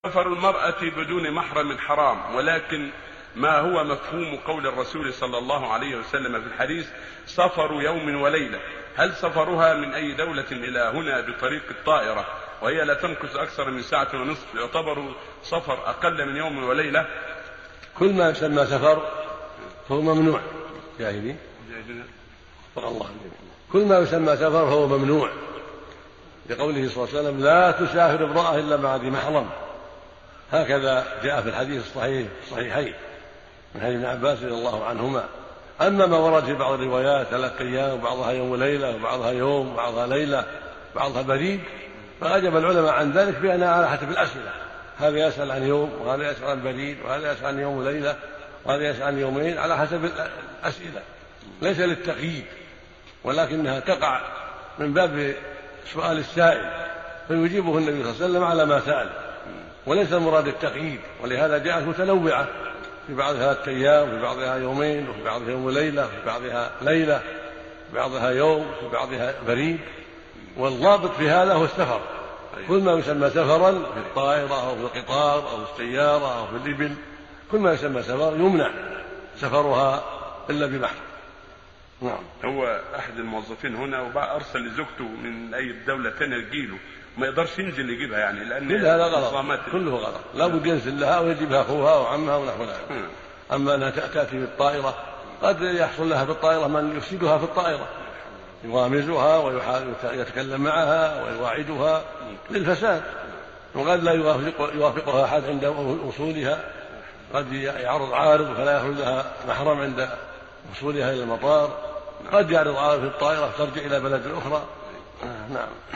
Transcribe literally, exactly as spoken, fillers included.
سفر المرأة بدون محرم حرام، ولكن ما هو مفهوم قول الرسول صلى الله عليه وسلم في الحديث سفر يوم وليلة؟ هل سفرها من أي دولة إلى هنا بطريق الطائرة وهي لا تمكث أكثر من ساعة ونصف يعتبر سفر أقل من يوم وليلة؟ كل ما يسمى سفر فهو ممنوع. جاهلين الله كل ما يسمى سفر فهو ممنوع، لقوله صلى الله عليه وسلم لا تسافر امرأة إلا مع ذي محرم. هكذا جاء في الحديث الصحيح الصحيحين من حديث ابن عباس رضي الله عنهما. أما ما ورد في بعض الروايات ثلاث أيام وبعضها يوم وليلة وبعضها يوم وبعضها ليلة وبعضها بريد، فأجاب العلماء عن ذلك بأنها على حسب الأسئلة، هذا يسأل عن يوم وهذا يسأل عن بريد وهذا يسأل عن يوم وليلة وهذا يسأل عن يومين، على حسب الأسئلة ليس للتقييد، ولكنها تقع من باب سؤال السائل فيجيبه النبي صلى الله عليه وسلم على ما سأل، وليس المراد التقييد. ولهذا جاءت متنوعة، في بعضها ثلاثة أيام وفي بعضها يومين وفي بعضها يوم وليلة وفي بعضها ليلة وفي بعضها يوم وفي بعضها بريد. والضابط في هذا هو السفر، كل ما يسمى سفرا في الطائرة أو في القطار أو في السيارة أو في الإبل، كل ما يسمى سفر يمنع سفرها إلا بمحرم. نعم. هو أحد الموظفين هنا وبقى أرسل لزوجته من أي دولة ثانية تجيله، ما يقدرش ينزل يجيبها يعني، لأن كل هذا غلط، كله غلط، لا بد ينزل لها ويجيبها أخوها وعمها ونحو ذلك. أما أنها تأتي بالطائرة قد يحصل لها في الطائرة من يفسدها في الطائرة، يغامزها ويتكلم معها ويواعدها للفساد، وقد لا يوافقها أحد عند وصولها، قد يعرض عارض فلا يخرج لها محرم عند وصولها إلى المطار، قد يعرض عارض في الطائرة ترجع إلى بلد أخرى. آه نعم.